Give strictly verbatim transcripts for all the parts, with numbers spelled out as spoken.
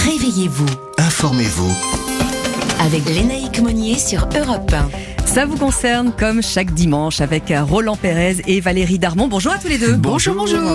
Réveillez-vous. Informez-vous. Avec Lénaïque Monnier sur Europe un. Ça vous concerne comme chaque dimanche avec Roland Pérez et Valérie Darmon. Bonjour à tous les deux. Bonjour, bonjour.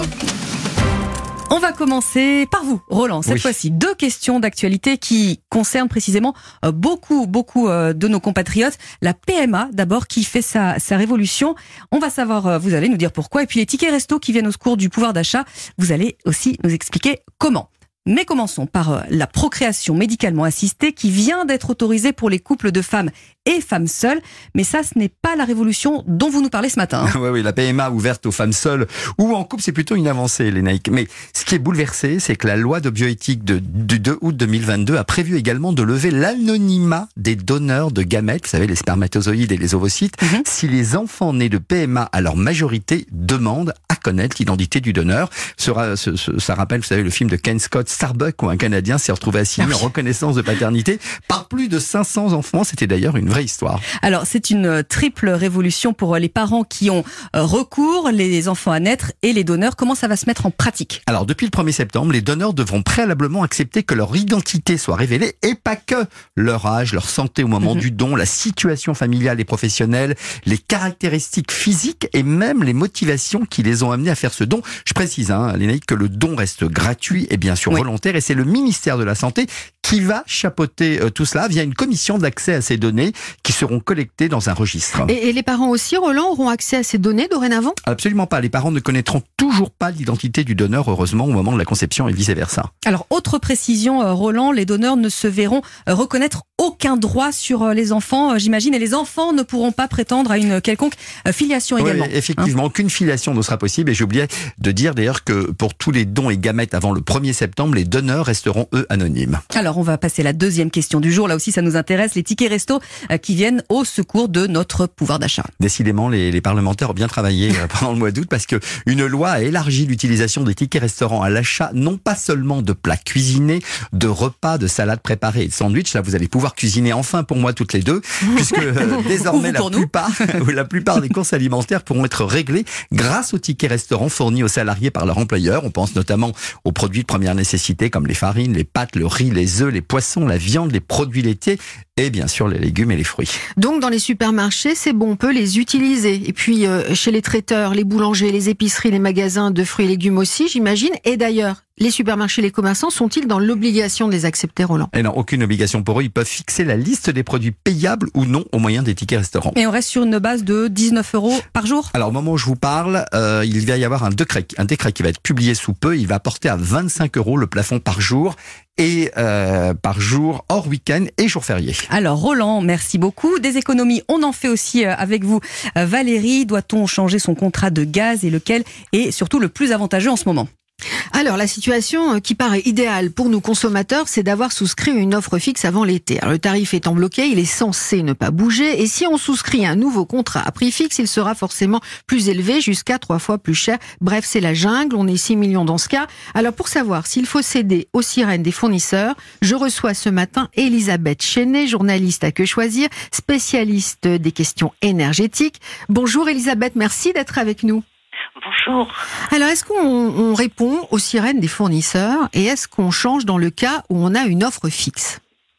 On va commencer par vous, Roland. Cette oui. fois-ci, deux questions d'actualité qui concernent précisément beaucoup, beaucoup de nos compatriotes. La P M A, d'abord, qui fait sa, sa révolution. On va savoir, vous allez nous dire pourquoi. Et puis les tickets resto qui viennent au secours du pouvoir d'achat. Vous allez aussi nous expliquer comment. Mais commençons par la procréation médicalement assistée qui vient d'être autorisée pour les couples de femmes et femmes seules. Mais ça, ce n'est pas la révolution dont vous nous parlez ce matin. Oui, oui, la P M A ouverte aux femmes seules ou en couple, c'est plutôt une avancée, Lénaïque. Mais ce qui est bouleversé, c'est que la loi de bioéthique de, du deux août deux mille vingt-deux a prévu également de lever l'anonymat des donneurs de gamètes, vous savez, les spermatozoïdes et les ovocytes, mm-hmm. si les enfants nés de P M A à leur majorité demandent à connaître l'identité du donneur. Ça, ça, ça rappelle, vous savez, le film de Ken Scott, Starbuck, où un Canadien s'est retrouvé assigné en reconnaissance de paternité par plus de cinq cents enfants. C'était d'ailleurs une vraie histoire. Alors, c'est une triple révolution pour les parents qui ont recours, les enfants à naître et les donneurs. Comment ça va se mettre en pratique ? Alors, depuis le premier septembre, les donneurs devront préalablement accepter que leur identité soit révélée et pas que leur âge, leur santé au moment mmh. du don, la situation familiale et professionnelle, les caractéristiques physiques et même les motivations qui les ont amenés à faire ce don. Je précise, hein, Lénaïque, que le don reste gratuit et bien sûr oui. volontaire et c'est le ministère de la Santé qui va chapeauter euh, tout cela via une commission d'accès à ces données qui seront collectées dans un registre. Et, et les parents aussi, Roland, auront accès à ces données dorénavant ? Absolument pas. Les parents ne connaîtront toujours pas l'identité du donneur, heureusement, au moment de la conception et vice-versa. Alors, autre précision, euh, Roland, les donneurs ne se verront euh, reconnaître aucun droit sur euh, les enfants, euh, j'imagine, et les enfants ne pourront pas prétendre à une quelconque euh, filiation également. Oui, effectivement, hein aucune filiation ne sera possible. Et j'ai oublié de dire d'ailleurs que pour tous les dons et gamètes avant le premier septembre, les donneurs resteront, eux, anonymes. Alors, on va passer à la deuxième question du jour. Là aussi, ça nous intéresse. Les tickets resto euh, qui viennent au secours de notre pouvoir d'achat. Décidément, les, les parlementaires ont bien travaillé euh, pendant le mois d'août parce que une loi a élargi l'utilisation des tickets restaurants à l'achat, non pas seulement de plats cuisinés, de repas, de salades préparées et de sandwichs. Là, vous allez pouvoir cuisiner enfin pour moi toutes les deux, puisque euh, désormais la plupart, la plupart des courses alimentaires pourront être réglées grâce aux tickets restaurants fournis aux salariés par leur employeur. On pense notamment aux produits de première nécessité comme les farines, les pâtes, le riz, les œufs, les poissons, la viande, les produits laitiers et bien sûr les légumes et les fruits. Donc dans les supermarchés, c'est bon, on peut les utiliser. Et puis euh, chez les traiteurs, les boulangers, les épiceries, les magasins de fruits et légumes aussi, j'imagine. Et d'ailleurs, les supermarchés, les commerçants sont-ils dans l'obligation de les accepter, Roland ? Et non, aucune obligation pour eux. Ils peuvent fixer la liste des produits payables ou non au moyen des tickets restaurants. Et on reste sur une base de dix-neuf euros par jour ? Alors au moment où je vous parle, euh, il va y avoir un décret, un décret qui va être publié sous peu. Il va porter à vingt-cinq euros le plafond par jour et euh, par jour hors week-end et jour férié. Alors Roland, merci beaucoup. Des économies, on en fait aussi avec vous. Valérie, doit-on changer son contrat de gaz et lequel est surtout le plus avantageux en ce moment ? Alors, la situation qui paraît idéale pour nous consommateurs, c'est d'avoir souscrit une offre fixe avant l'été. Alors, le tarif étant bloqué, il est censé ne pas bouger. Et si on souscrit un nouveau contrat à prix fixe, il sera forcément plus élevé, jusqu'à trois fois plus cher. Bref, c'est la jungle. On est six millions dans ce cas. Alors, pour savoir s'il faut céder aux sirènes des fournisseurs, je reçois ce matin Elisabeth Chenet, journaliste à Que Choisir, spécialiste des questions énergétiques. Bonjour Elisabeth, merci d'être avec nous. Bonjour. Alors, est-ce qu'on on répond aux sirènes des fournisseurs et est-ce qu'on change dans le cas où on a une offre fixe ?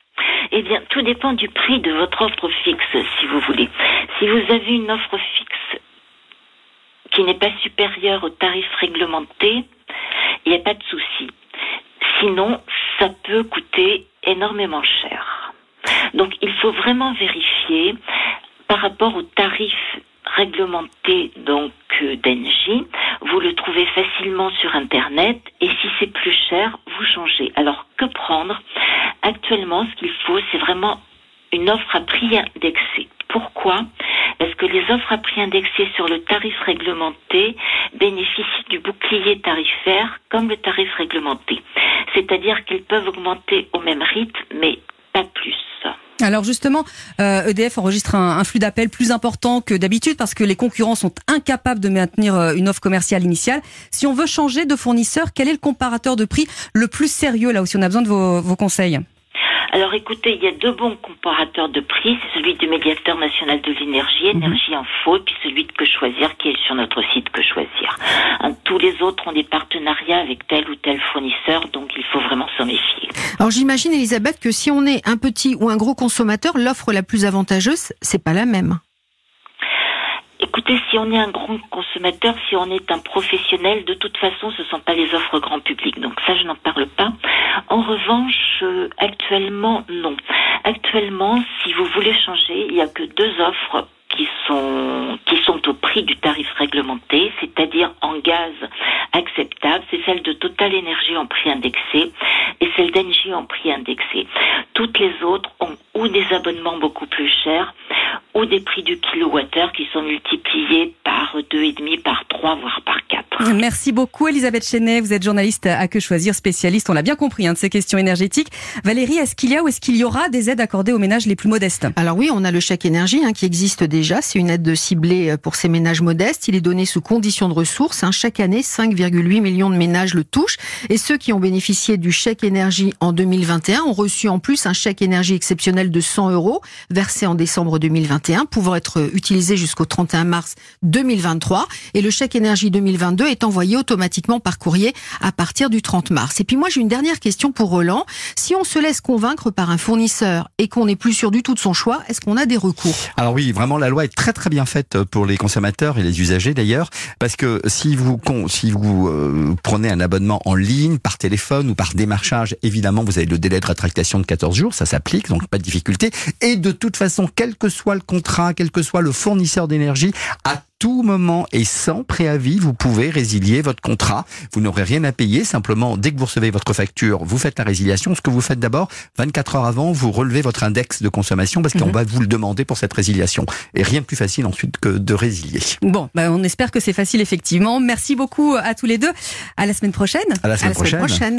Eh bien, tout dépend du prix de votre offre fixe, si vous voulez. Si vous avez une offre fixe qui n'est pas supérieure au tarif réglementé, il n'y a pas de souci. Sinon, ça peut coûter énormément cher. Donc, il faut vraiment vérifier par rapport au tarif réglementé donc euh, d'Engie, vous le trouvez facilement sur Internet et si c'est plus cher, vous changez. Alors que prendre ? Actuellement, ce qu'il faut, c'est vraiment une offre à prix indexé. Pourquoi ? Parce que les offres à prix indexé sur le tarif réglementé bénéficient du bouclier tarifaire comme le tarif réglementé. C'est-à-dire qu'ils peuvent augmenter au même rythme, mais pas plus. Alors justement, euh, E D F enregistre un, un flux d'appels plus important que d'habitude parce que les concurrents sont incapables de maintenir une offre commerciale initiale. Si on veut changer de fournisseur, quel est le comparateur de prix le plus sérieux là aussi on a besoin de vos, vos conseils ? Alors écoutez, il y a deux bons comparateurs de prix, c'est celui du médiateur national de l'énergie, Énergie Info, et puis celui de Que Choisir qui est sur notre site Que Choisir. Hein, tous les autres ont des partenariats avec tel ou tel fournisseur, donc il faut vraiment s'en méfier. Alors j'imagine, Elisabeth, que si on est un petit ou un gros consommateur, l'offre la plus avantageuse, c'est pas la même. Écoutez, si on est un grand consommateur, si on est un professionnel, de toute façon, ce ne sont pas les offres grand public. Donc ça, je n'en parle pas. En revanche, euh, actuellement, non. Actuellement, si vous voulez changer, il n'y a que deux offres qui sont qui sont au prix du tarif réglementé, c'est-à-dire en gaz acceptable. C'est celle de Total Énergie en prix indexé et celle d'Engie en prix indexé. Toutes les autres ont ou des abonnements beaucoup plus chers ou des prix du kilowattheure qui sont multipliés par deux et demi, par trois, voire par quatre. Merci beaucoup Elisabeth Chenet, vous êtes journaliste à Que Choisir, spécialiste, on l'a bien compris, hein, de ces questions énergétiques. Valérie, est-ce qu'il y a ou est-ce qu'il y aura des aides accordées aux ménages les plus modestes ? Alors oui, on a le chèque énergie hein, qui existe déjà, c'est une aide ciblée pour ces ménages modestes. Il est donné sous conditions de ressources. Hein. Chaque année, cinq virgule huit millions de ménages le touchent. Et ceux qui ont bénéficié du chèque énergie en deux mille vingt et un ont reçu en plus un chèque énergie exceptionnel de cent euros, versé en décembre deux mille vingt et un, pouvant être utilisé jusqu'au trente et un mars deux mille vingt-trois. Et le chèque énergie deux mille vingt-deux est envoyé automatiquement par courrier à partir du trente mars. Et puis moi, j'ai une dernière question pour Roland. Si on se laisse convaincre par un fournisseur et qu'on n'est plus sûr du tout de son choix, est-ce qu'on a des recours ? Alors oui, vraiment, la loi est très très bien faite pour les consommateurs et les usagers d'ailleurs, parce que si vous si vous euh, prenez un abonnement en ligne, par téléphone ou par démarchage, évidemment, vous avez le délai de rétractation de quatorze jours, ça s'applique, donc pas de difficulté. Et de toute façon, quel que soit le contrat, quel que soit le fournisseur d'énergie, à tout moment et sans préavis, vous pouvez résilier votre contrat. Vous n'aurez rien à payer. Simplement, dès que vous recevez votre facture, vous faites la résiliation. Ce que vous faites d'abord, vingt-quatre heures avant, vous relevez votre index de consommation parce qu'on mmh. va vous le demander pour cette résiliation. Et rien de plus facile ensuite que de résilier. Bon, bah on espère que c'est facile effectivement. Merci beaucoup à tous les deux. À la semaine prochaine. À la semaine, à la semaine prochaine. prochaine.